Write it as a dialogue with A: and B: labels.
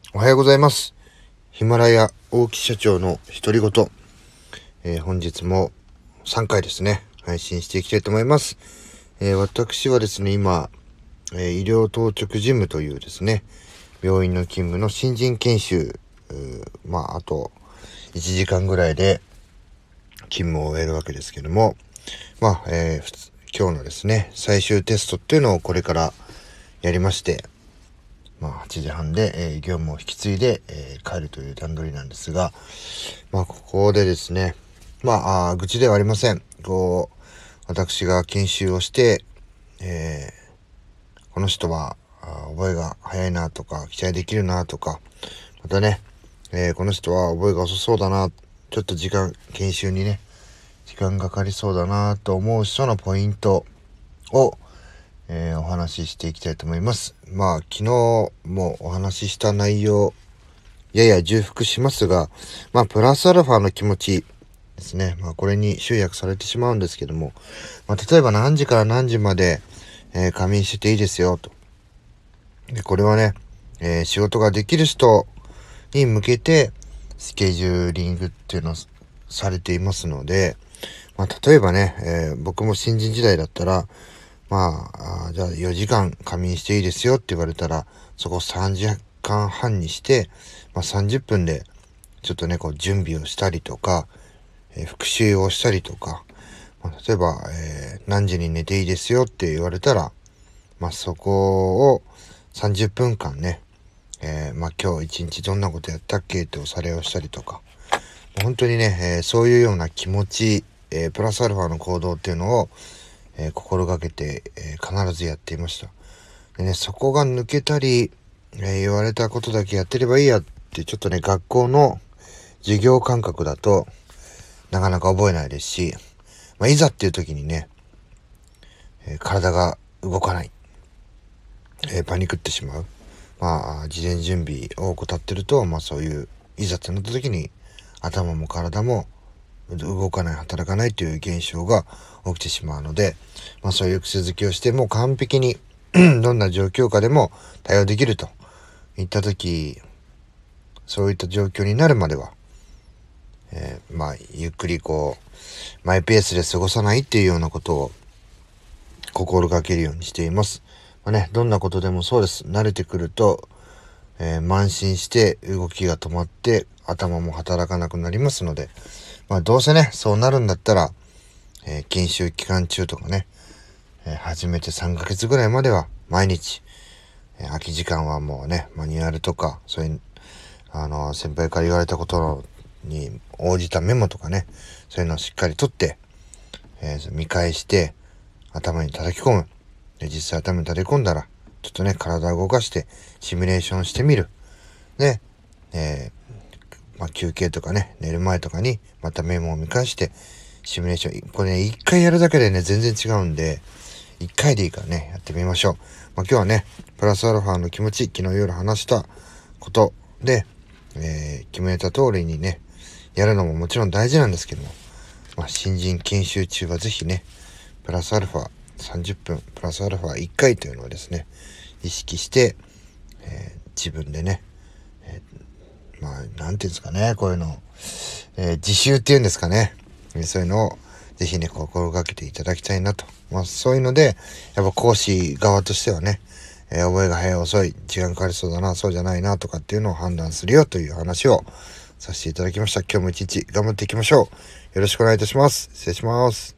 A: おはようございます。ヒマラヤ大木社長の独り言、本日も3回ですね、配信していきたいと思います。私はですね、今、医療当直事務というですね、病院の勤務の新人研修、あと1時間ぐらいで勤務を終えるわけですけども、今日のですね、最終テストっていうのをこれからやりまして、8時半で、業務を引き継いで、帰るという段取りなんですが、ここでですね、愚痴ではありません。私が研修をして、この人は覚えが早いなとか、期待できるなとか、またね、この人は覚えが遅そうだな、ちょっと研修にね、時間がかかりそうだなと思う人のポイントを、お話ししていきたいと思います。昨日もお話しした内容、やや重複しますが、プラスアルファの気持ちですね。これに集約されてしまうんですけども、例えば何時から何時まで、仮眠してていいですよと。で、これはね、仕事ができる人に向けてスケジューリングっていうのをされていますので、例えばね、僕も新人時代だったら、じゃあ4時間仮眠していいですよって言われたら、そこ3時間半にして、30分でちょっとね、準備をしたりとか、復習をしたりとか、例えば、何時に寝ていいですよって言われたら、そこを30分間ね、今日一日どんなことやったっけっておさらいをしたりとか、本当にね、そういうような気持ち、プラスアルファの行動っていうのを、心がけて、必ずやっていました。でね、そこが抜けたり、言われたことだけやってればいいやってちょっとね、学校の授業感覚だとなかなか覚えないですし、いざっていう時にね、体が動かない、パニクってしまう。事前準備を怠ってると、そういういざってなった時に頭も体も動かない、働かないという現象が起きてしまうので、そういう癖づきをしてもう完璧にどんな状況下でも対応できるといった時、そういった状況になるまでは、ゆっくりマイペースで過ごさないっていうようなことを心がけるようにしています。どんなことでもそうです。慣れてくると、慢心して動きが止まって頭も働かなくなりますので、どうせね、そうなるんだったら、研修期間中とかね、初めて3ヶ月ぐらいまでは毎日、空き時間はもうね、マニュアルとか、そういう、先輩から言われたことに応じたメモとかね、そういうのをしっかり取って、見返して頭に叩き込む。で、実際頭に叩き込んだら、ちょっとね、体を動かしてシミュレーションしてみる。で、休憩とかね、寝る前とかにまたメモを見返してシミュレーション。これね、一回やるだけでね、全然違うんで、一回でいいからね、やってみましょう。今日はね、プラスアルファの気持ち、昨日夜話したことで、決めた通りにね、やるのももちろん大事なんですけども、新人研修中はぜひね、プラスアルファ30分、プラスアルファ1回というのをですね、意識して、自分でね、なんていうんですかね、こういうのを、自習っていうんですかね、そういうのをぜひね、心がけていただきたいなと。そういうので、やっぱ講師側としてはね、覚えが早い遅い、時間かかりそうだな、そうじゃないなとかっていうのを判断するよという話をさせていただきました。今日も一日頑張っていきましょう。よろしくお願いいたします。失礼します。